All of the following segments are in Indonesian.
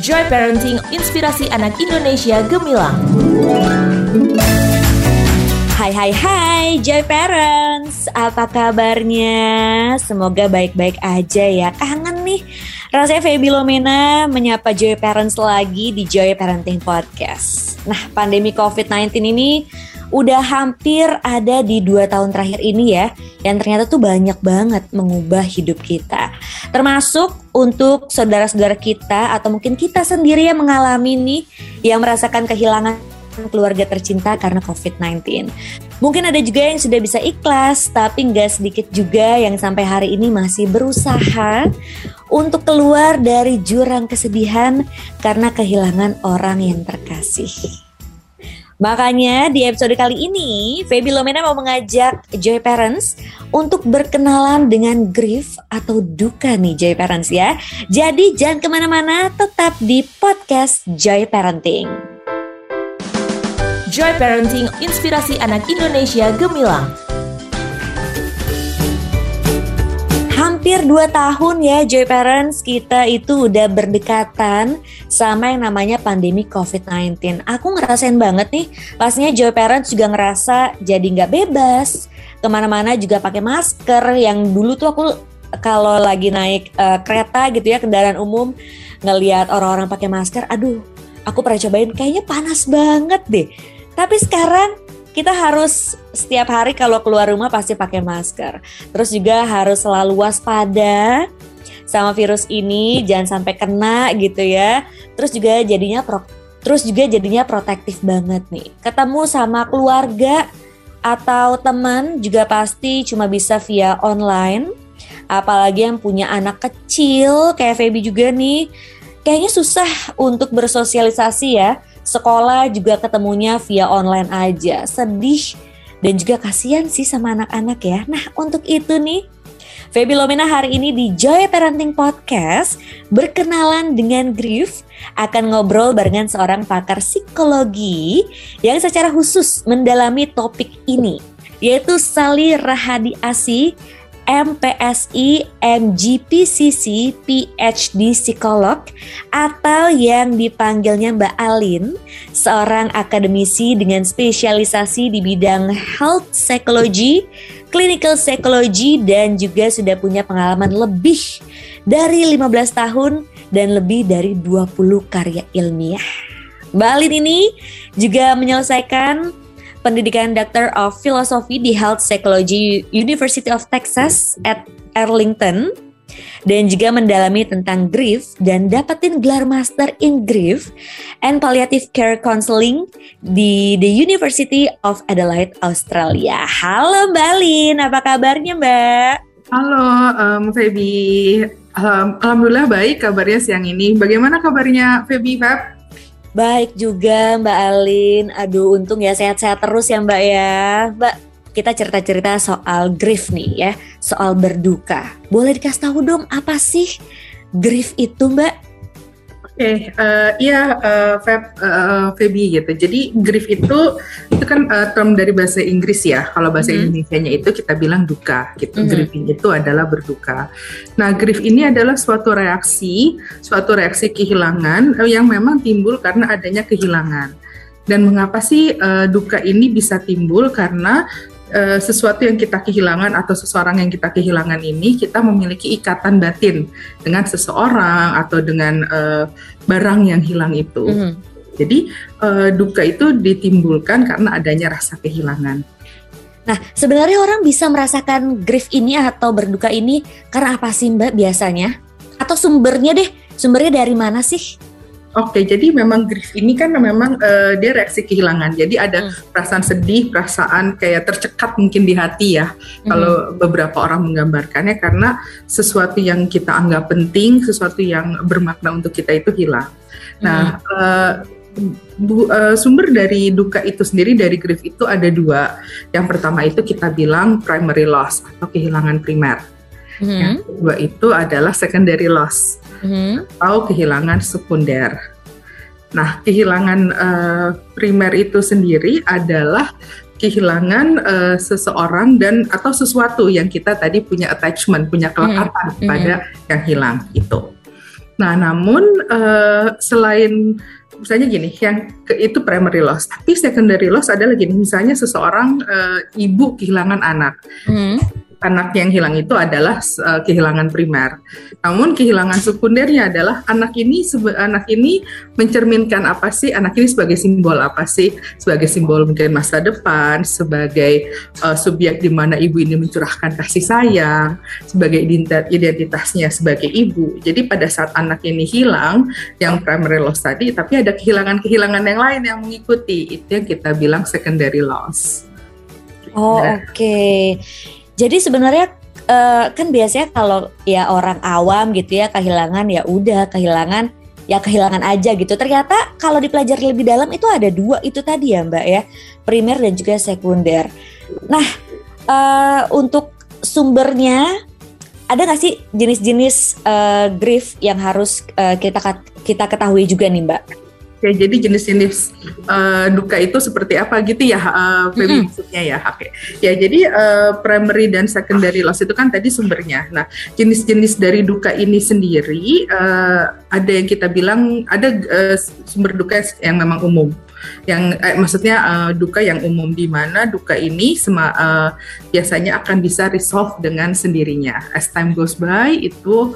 Joy Parenting, inspirasi anak Indonesia gemilang. Hai Joy Parents, apa kabarnya? Semoga baik-baik aja ya. Kangen nih, rasanya Feby Lomena menyapa Joy Parents lagi di Joy Parenting Podcast. Nah, pandemi COVID-19 ini udah hampir ada di 2 tahun terakhir ini ya, yang ternyata tuh banyak banget mengubah hidup kita. Termasuk untuk saudara-saudara kita atau mungkin kita sendiri yang mengalami nih, yang merasakan kehilangan keluarga tercinta karena COVID-19. Mungkin ada juga yang sudah bisa ikhlas, tapi nggak sedikit juga yang sampai hari ini masih berusaha untuk keluar dari jurang kesedihan karena kehilangan orang yang terkasih. Makanya di episode kali ini, Feby Lomena mau mengajak Joy Parents untuk berkenalan dengan grief atau duka nih Joy Parents ya. Jadi jangan kemana-mana, tetap di podcast Joy Parenting. Joy Parenting, inspirasi anak Indonesia gemilang. Hampir 2 tahun ya Joy Parents, kita itu udah berdekatan sama yang namanya pandemi COVID-19. Aku ngerasain banget nih, pastinya Joy Parents juga ngerasa jadi gak bebas. Kemana-mana juga pakai masker, yang dulu tuh aku kalau lagi naik kereta gitu ya, kendaraan umum, ngelihat orang-orang pakai masker, aduh aku pernah cobain kayaknya panas banget deh. Tapi sekarang kita harus setiap hari kalau keluar rumah pasti pakai masker. Terus juga harus selalu waspada sama virus ini, jangan sampai kena gitu ya. Terus juga jadinya protektif banget nih. Ketemu sama keluarga atau teman juga pasti cuma bisa via online. Apalagi yang punya anak kecil kayak Feby juga nih, kayaknya susah untuk bersosialisasi ya. Sekolah juga ketemunya via online aja. Sedih dan juga kasihan sih sama anak-anak ya. Nah, untuk itu nih, Feby Lomena hari ini di Joy Parenting Podcast berkenalan dengan grief, akan ngobrol barengan seorang pakar psikologi yang secara khusus mendalami topik ini, yaitu Sally Rahadi Asih, MPSI, MGPCC, PhD Psikolog, atau yang dipanggilnya Mbak Alin, seorang akademisi dengan spesialisasi di bidang health psychology, clinical psychology, dan juga sudah punya pengalaman lebih dari 15 tahun dan lebih dari 20 karya ilmiah. Mbak Alin ini juga menyelesaikan pendidikan Doctor of Philosophy di Health Psychology University of Texas at Arlington, dan juga mendalami tentang grief dan dapetin gelar Master in Grief and Palliative Care Counseling di The University of Adelaide, Australia. Halo Mbak Lin, apa kabarnya Mbak? Halo Feby, alhamdulillah baik kabarnya siang ini. Bagaimana kabarnya Feby, Feb? Baik juga Mbak Alin. Aduh, untung ya sehat-sehat terus ya Mbak ya. Mbak, kita cerita-cerita soal grief nih ya, soal berduka. Boleh dikasih tahu dong apa sih grief itu Mbak? Oke, Feby gitu. Jadi grief itu kan term dari bahasa Inggris ya. Kalau bahasa Indonesianya itu kita bilang duka gitu. Grieving itu adalah berduka. Nah, grief ini adalah suatu reaksi kehilangan yang memang timbul karena adanya kehilangan. Dan mengapa sih duka ini bisa timbul? Karena sesuatu yang kita kehilangan atau seseorang yang kita kehilangan ini, kita memiliki ikatan batin dengan seseorang atau dengan barang yang hilang itu. Jadi duka itu ditimbulkan karena adanya rasa kehilangan. Nah, sebenarnya orang bisa merasakan grief ini atau berduka ini karena apa sih Mbak biasanya? Atau sumbernya dari mana sih? Oke, jadi memang grief ini kan memang dia reaksi kehilangan. Jadi ada perasaan sedih, perasaan kayak tercekat mungkin di hati ya. Kalau beberapa orang menggambarkannya, karena sesuatu yang kita anggap penting, sesuatu yang bermakna untuk kita itu hilang. Nah, sumber dari duka itu sendiri, dari grief itu ada 2. Yang pertama itu kita bilang primary loss atau kehilangan primer. Yang kedua itu adalah secondary loss atau kehilangan sekunder. Nah, kehilangan primer itu sendiri adalah kehilangan seseorang dan atau sesuatu yang kita tadi punya attachment, punya kelekatan pada yang hilang itu. Nah, namun selain misalnya gini, itu primary loss, tapi secondary loss adalah gini, misalnya seseorang ibu kehilangan anak. Anak yang hilang itu adalah kehilangan primer. Namun kehilangan sekundernya adalah anak ini mencerminkan apa sih? Anak ini sebagai simbol apa sih? Sebagai simbol mungkin masa depan, sebagai subjek di mana ibu ini mencurahkan kasih sayang, sebagai identitasnya sebagai ibu. Jadi pada saat anak ini hilang, yang primary loss tadi, tapi ada kehilangan yang lain yang mengikuti. Itu yang kita bilang secondary loss. Oh, oke. Jadi sebenarnya kan biasanya kalau ya orang awam gitu ya kehilangan ya udah kehilangan aja gitu. Ternyata kalau dipelajari lebih dalam itu ada 2 itu tadi ya Mbak ya, primer dan juga sekunder. Nah untuk sumbernya ada nggak sih jenis-jenis grief yang harus kita ketahui juga nih Mbak? Oke, jadi jenis-jenis duka itu seperti apa gitu ya, Feby maksudnya ya. Oke. Ya, jadi primary dan secondary loss itu kan tadi sumbernya. Nah, jenis-jenis dari duka ini sendiri ada yang kita bilang ada sumber duka yang memang umum. Yang maksudnya duka yang umum, di mana duka ini biasanya akan bisa resolve dengan sendirinya. As time goes by itu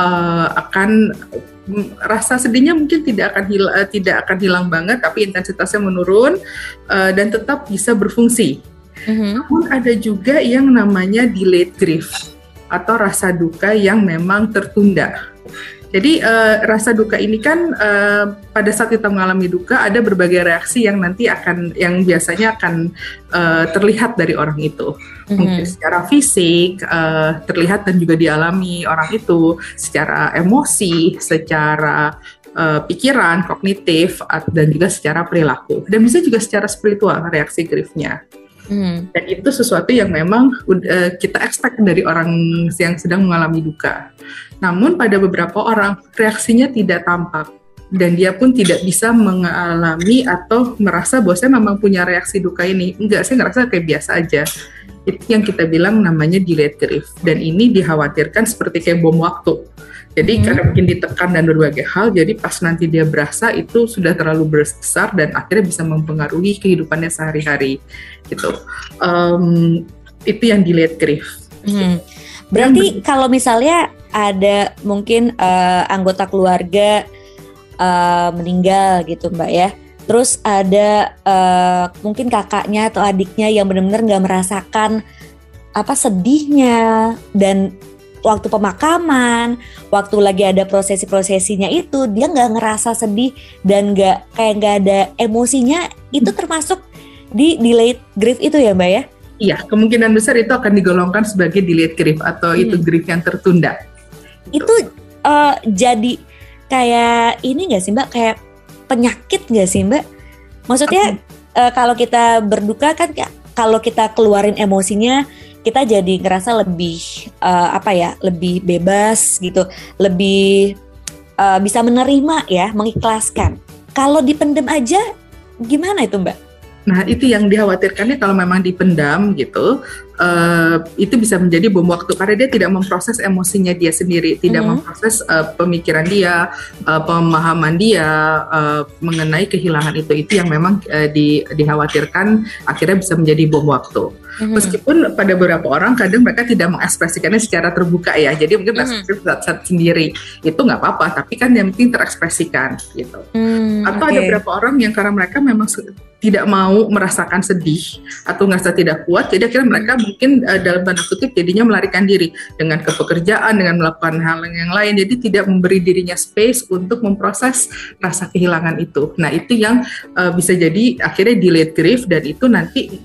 akan rasa sedihnya mungkin tidak akan hilang banget, tapi intensitasnya menurun dan tetap bisa berfungsi. Namun ada juga yang namanya delayed grief atau rasa duka yang memang tertunda. Jadi rasa duka ini kan pada saat kita mengalami duka ada berbagai reaksi yang biasanya akan terlihat dari orang itu. Mungkin secara fisik terlihat dan juga dialami orang itu, secara emosi, secara pikiran, kognitif, dan juga secara perilaku. Dan bisa juga secara spiritual reaksi griefnya. Dan itu sesuatu yang memang kita expect dari orang yang sedang mengalami duka. Namun pada beberapa orang reaksinya tidak tampak dan dia pun tidak bisa mengalami atau merasa bahwa saya memang punya reaksi duka ini. Enggak, saya ngerasa kayak biasa aja. Itu yang kita bilang namanya delayed grief, dan ini dikhawatirkan seperti kayak bom waktu. Jadi karena mungkin ditekan dan berbagai hal, jadi pas nanti dia berasa itu sudah terlalu besar dan akhirnya bisa mempengaruhi kehidupannya sehari-hari gitu. Itu yang delayed grief. Berarti kalau misalnya ada mungkin anggota keluarga meninggal gitu Mbak ya, terus ada mungkin kakaknya atau adiknya yang benar-benar nggak merasakan apa sedihnya, dan waktu pemakaman, waktu lagi ada prosesi-prosesinya itu dia nggak ngerasa sedih dan nggak ada emosinya, itu termasuk di delayed grief itu ya Mbak ya? Iya, kemungkinan besar itu akan digolongkan sebagai delayed grief atau itu grief yang tertunda. Itu jadi kayak ini nggak sih Mbak, kayak penyakit nggak sih Mbak? Maksudnya kalau kita berduka kan kalau kita keluarin emosinya kita jadi ngerasa lebih lebih bebas gitu, lebih bisa menerima ya, mengikhlaskan. Kalau dipendem aja gimana itu Mbak? Nah, itu yang dikhawatirkannya kalau memang dipendam gitu, itu bisa menjadi bom waktu karena dia tidak memproses emosinya dia sendiri, tidak memproses pemikiran dia, pemahaman dia mengenai kehilangan itu yang memang dikhawatirkan akhirnya bisa menjadi bom waktu. Meskipun pada beberapa orang kadang mereka tidak mengekspresikannya secara terbuka ya, jadi mungkin saat sendiri itu nggak apa-apa, tapi kan yang penting terekspresikan gitu. Atau ada beberapa orang yang karena mereka memang tidak mau merasakan sedih atau ngerasa tidak kuat, jadi akhirnya mereka mungkin dalam tanda kutip jadinya melarikan diri dengan ke pekerjaan, dengan melakukan hal yang lain, jadi tidak memberi dirinya space untuk memproses rasa kehilangan itu. Nah, itu yang bisa jadi akhirnya delayed grief, dan itu nanti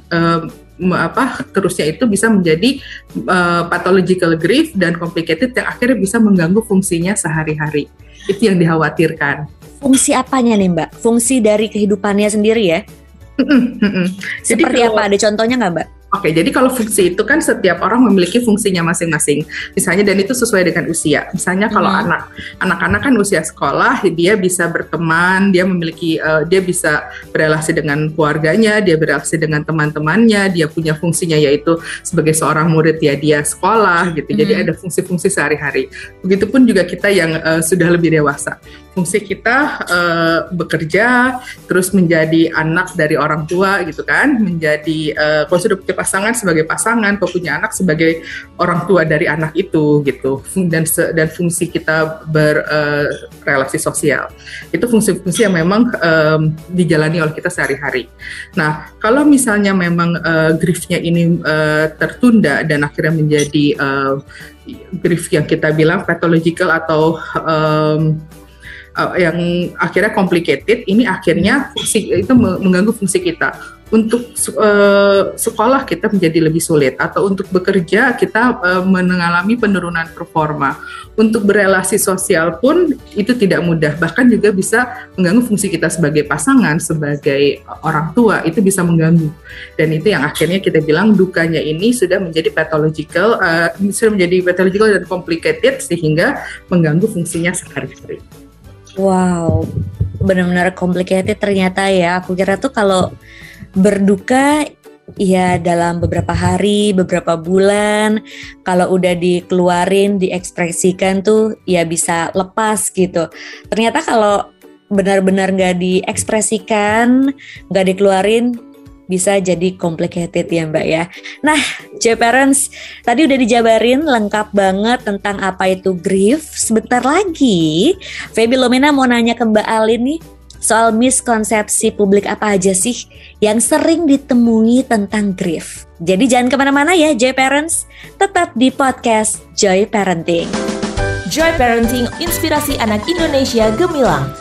terusnya itu bisa menjadi pathological grief dan complicated yang akhirnya bisa mengganggu fungsinya sehari-hari. Itu yang dikhawatirkan. Fungsi apanya nih Mbak? Fungsi dari kehidupannya sendiri ya? Seperti apa? Ada contohnya nggak Mbak? Oke, jadi kalau fungsi itu kan setiap orang memiliki fungsinya masing-masing. Misalnya, dan itu sesuai dengan usia. Misalnya kalau anak-anak kan usia sekolah, dia bisa berteman, dia memiliki, dia bisa berelasi dengan keluarganya, dia berelasi dengan teman-temannya, dia punya fungsinya yaitu sebagai seorang murid ya dia sekolah gitu. Jadi ada fungsi-fungsi sehari-hari. Begitupun juga kita yang sudah lebih dewasa. Fungsi kita bekerja, terus menjadi anak dari orang tua gitu kan, menjadi kalau sudah punya pasangan sebagai pasangan, kalau punya anak sebagai orang tua dari anak itu gitu, dan fungsi kita berrelasi sosial itu fungsi-fungsi yang memang dijalani oleh kita sehari-hari. Nah, kalau misalnya memang griefnya ini tertunda dan akhirnya menjadi grief yang kita bilang pathological atau yang akhirnya complicated, ini akhirnya fungsi itu mengganggu fungsi kita. Untuk sekolah kita menjadi lebih sulit, atau untuk bekerja kita mengalami penurunan performa. Untuk berelasi sosial pun itu tidak mudah, bahkan juga bisa mengganggu fungsi kita sebagai pasangan, sebagai orang tua, itu bisa mengganggu. Dan itu yang akhirnya kita bilang dukanya ini sudah menjadi pathological dan complicated sehingga mengganggu fungsinya sehari-hari. Wow, benar-benar complicated ternyata ya. Aku kira tuh kalau berduka ya dalam beberapa hari, beberapa bulan, kalau udah dikeluarin, diekspresikan tuh ya bisa lepas gitu. Ternyata kalau benar-benar gak diekspresikan, gak dikeluarin, bisa jadi complicated ya Mbak ya. Nah, Joy Parents, tadi udah dijabarin lengkap banget tentang apa itu grief. Sebentar lagi, Feby Lomena mau nanya ke Mbak Alin nih, soal miskonsepsi publik apa aja sih yang sering ditemui tentang grief. Jadi jangan kemana-mana ya Joy Parents, tetap di podcast Joy Parenting. Joy Parenting, inspirasi anak Indonesia gemilang.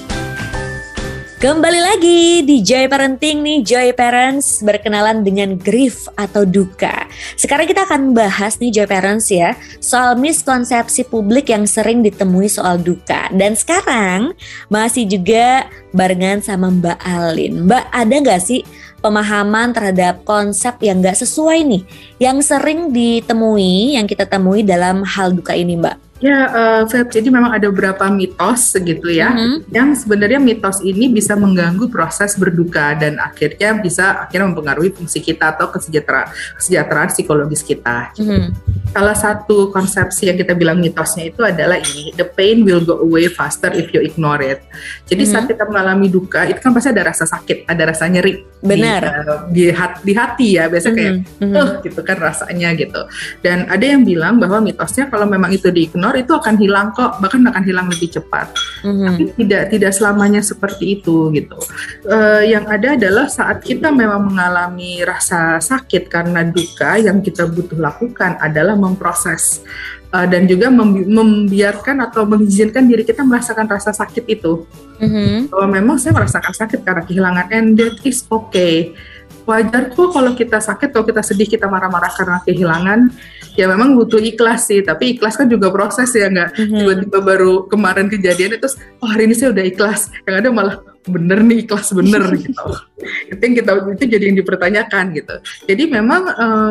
Kembali lagi di Joy Parenting nih, Joy Parents, berkenalan dengan grief atau duka. Sekarang kita akan bahas nih Joy Parents ya, soal miskonsepsi publik yang sering ditemui soal duka. Dan sekarang masih juga barengan sama Mbak Alin. Mbak, ada gak sih pemahaman terhadap konsep yang gak sesuai nih, yang sering ditemui, yang kita temui dalam hal duka ini Mbak? Ya, Feb, jadi memang ada beberapa mitos gitu ya, yang sebenarnya mitos ini bisa mengganggu proses berduka dan akhirnya mempengaruhi fungsi kita atau kesejahteraan psikologis kita. Salah satu konsepsi yang kita bilang mitosnya itu adalah ini, the pain will go away faster if you ignore it. Jadi saat kita mengalami duka, itu kan pasti ada rasa sakit, ada rasa nyeri. Benar. Di hati ya, biasanya kayak gitu kan rasanya gitu. Dan ada yang bilang bahwa mitosnya kalau memang itu di-ignore itu akan hilang kok, bahkan akan hilang lebih cepat. Tapi tidak selamanya seperti itu gitu. Yang ada adalah saat kita memang mengalami rasa sakit karena duka, yang kita butuh lakukan adalah memproses dan juga membiarkan atau mengizinkan diri kita merasakan rasa sakit itu. Bahwa memang saya merasakan sakit karena kehilangan, and that is okay. Wajar kok kalau kita sakit, kalau kita sedih, kita marah-marah karena kehilangan, ya memang butuh ikhlas sih. Tapi ikhlas kan juga proses ya, nggak tiba-tiba baru kemarin kejadian itu, hari ini saya udah ikhlas. Yang ada malah bener nih, ikhlas bener gitu. Itu jadi yang dipertanyakan gitu. Jadi memang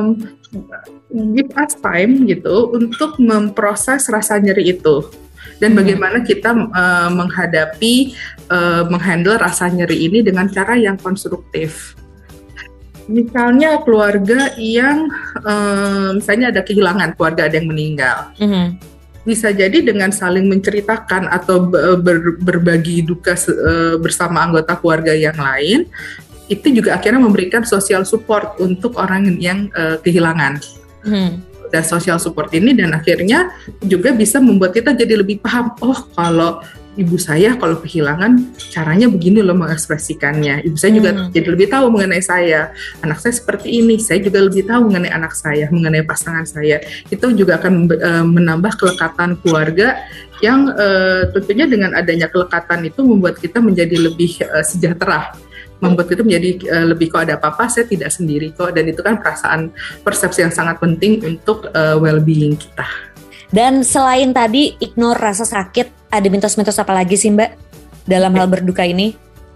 give us time gitu untuk memproses rasa nyeri itu. Dan bagaimana kita menghandle rasa nyeri ini dengan cara yang konstruktif. Misalnya keluarga yang misalnya ada kehilangan, keluarga ada yang meninggal. Bisa jadi dengan saling menceritakan atau berbagi duka bersama anggota keluarga yang lain, itu juga akhirnya memberikan social support untuk orang yang kehilangan. Dan social support ini dan akhirnya juga bisa membuat kita jadi lebih paham, oh kalau ibu saya kalau kehilangan caranya begini loh mengekspresikannya. Ibu saya juga jadi lebih tahu mengenai saya. Anak saya seperti ini, saya juga lebih tahu mengenai anak saya, mengenai pasangan saya. Itu juga akan menambah kelekatan keluarga yang tentunya dengan adanya kelekatan itu membuat kita menjadi lebih sejahtera. Membuat kita menjadi lebih, kok ada apa-apa saya tidak sendiri kok. Dan itu kan persepsi yang sangat penting untuk well-being kita. Dan selain tadi ignore rasa sakit, ada mitos-mitos apa lagi sih Mbak dalam hal berduka ini?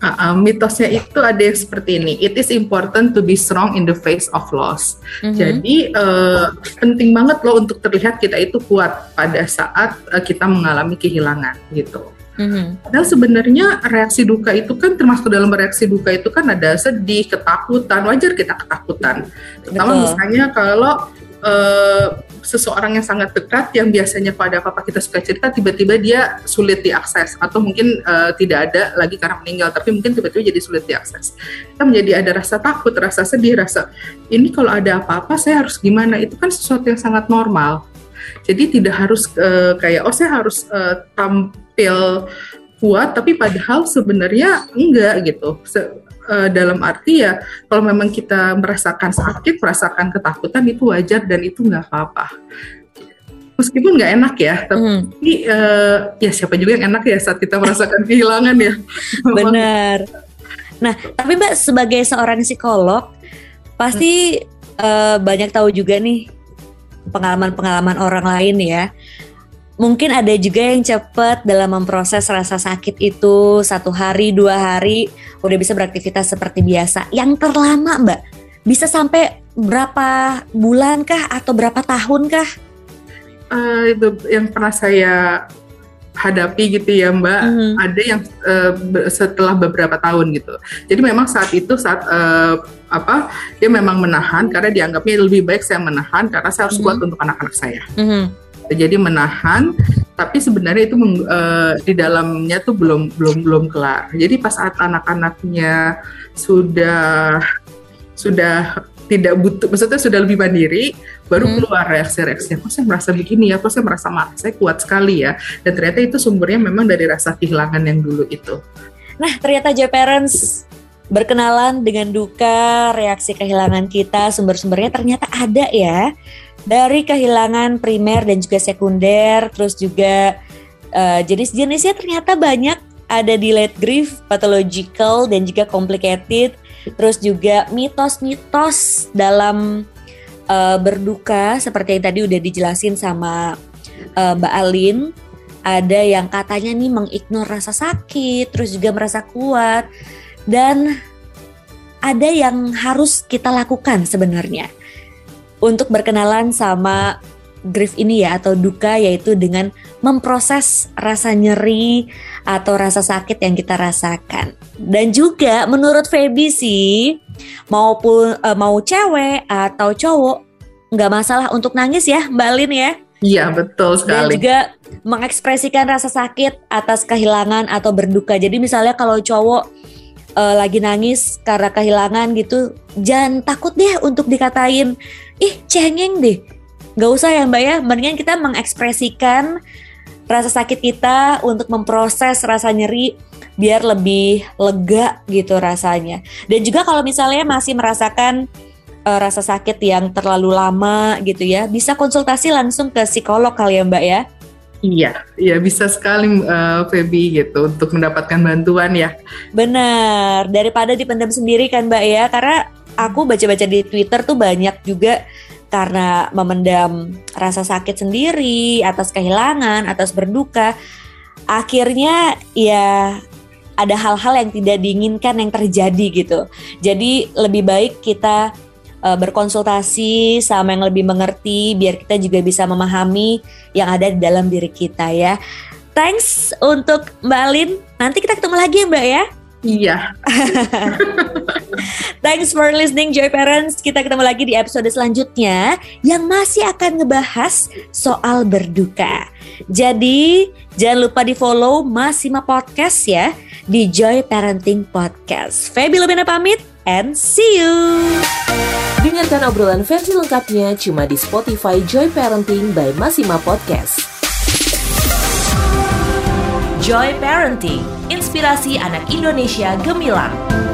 Mitosnya itu ada yang seperti ini. It is important to be strong in the face of loss. Jadi penting banget loh untuk terlihat kita itu kuat pada saat kita mengalami kehilangan gitu. Padahal sebenarnya reaksi duka itu kan termasuk dalam reaksi duka itu kan ada sedih, ketakutan. Wajar kita ketakutan. Terutama misalnya kalau seseorang yang sangat dekat yang biasanya pada apa-apa kita suka cerita tiba-tiba dia sulit diakses atau mungkin tidak ada lagi karena meninggal, tapi mungkin tiba-tiba jadi sulit diakses. Kita menjadi ada rasa takut, rasa sedih, rasa ini kalau ada apa-apa saya harus gimana, itu kan sesuatu yang sangat normal. Jadi tidak harus kayak saya harus tampil kuat, tapi padahal sebenarnya enggak gitu. Dalam arti ya kalau memang kita merasakan sakit, merasakan ketakutan itu wajar dan itu nggak apa-apa. Meskipun nggak enak ya, tapi ya siapa juga yang enak ya saat kita merasakan kehilangan ya. Benar. Nah, tapi Mbak sebagai seorang psikolog pasti banyak tahu juga nih pengalaman-pengalaman orang lain ya. Mungkin ada juga yang cepat dalam memproses rasa sakit itu 1 hari, 2 hari udah bisa beraktivitas seperti biasa. Yang terlama Mbak, bisa sampai berapa bulan kah atau berapa tahun kah? Itu yang pernah saya hadapi gitu ya Mbak. Ada yang setelah beberapa tahun gitu. Jadi memang saat itu dia memang menahan karena dianggapnya lebih baik saya menahan karena saya harus kuat untuk anak-anak saya. Jadi menahan, tapi sebenarnya itu di dalamnya tuh belum kelar. Jadi pas saat anak-anaknya sudah tidak butuh, maksudnya sudah lebih mandiri, baru keluar reaksi-reaksi. Kok saya merasa begini ya, kok saya merasa marah, saya kuat sekali ya. Dan ternyata itu sumbernya memang dari rasa kehilangan yang dulu itu. Nah, ternyata Joy Parents berkenalan dengan duka, reaksi kehilangan kita, sumber-sumbernya ternyata ada ya. Dari kehilangan primer dan juga sekunder, terus juga jenis-jenisnya ternyata banyak. Ada delayed grief, pathological, dan juga complicated. Terus juga mitos-mitos dalam berduka, seperti yang tadi udah dijelasin sama Mbak Alin. Ada yang katanya nih mengignore rasa sakit, terus juga merasa kuat. Dan ada yang harus kita lakukan sebenarnya untuk berkenalan sama grief ini ya, atau duka, yaitu dengan memproses rasa nyeri atau rasa sakit yang kita rasakan. Dan juga menurut Feby sih, mau cewek atau cowok nggak masalah untuk nangis ya Mbak Lin ya. Iya betul sekali. Dan juga mengekspresikan rasa sakit atas kehilangan atau berduka. Jadi misalnya kalau cowok lagi nangis karena kehilangan gitu, jangan takut deh untuk dikatain, ih cengeng deh. Gak usah ya Mbak ya, mendingan kita mengekspresikan rasa sakit kita untuk memproses rasa nyeri biar lebih lega gitu rasanya. Dan juga kalau misalnya masih merasakan rasa sakit yang terlalu lama gitu ya, bisa konsultasi langsung ke psikolog kali ya Mbak ya. Iya bisa sekali Feby gitu untuk mendapatkan bantuan ya. Benar, daripada dipendam sendiri kan Mbak ya, karena aku baca-baca di Twitter tuh banyak juga karena memendam rasa sakit sendiri atas kehilangan, atas berduka, akhirnya ya ada hal-hal yang tidak diinginkan yang terjadi gitu. Jadi lebih baik kita berkonsultasi sama yang lebih mengerti biar kita juga bisa memahami yang ada di dalam diri kita ya. Thanks untuk Mbak Lin. Nanti kita ketemu lagi ya Mbak ya. Iya. Thanks for listening Joy Parents. Kita ketemu lagi di episode selanjutnya yang masih akan ngebahas soal berduka. Jadi jangan lupa di follow Masima Podcast ya di Joy Parenting Podcast. Feby Lumina pamit and see you. Dengarkan obrolan versi lengkapnya cuma di Spotify Joy Parenting by Masima Podcast. Joy Parenting, inspirasi anak Indonesia gemilang.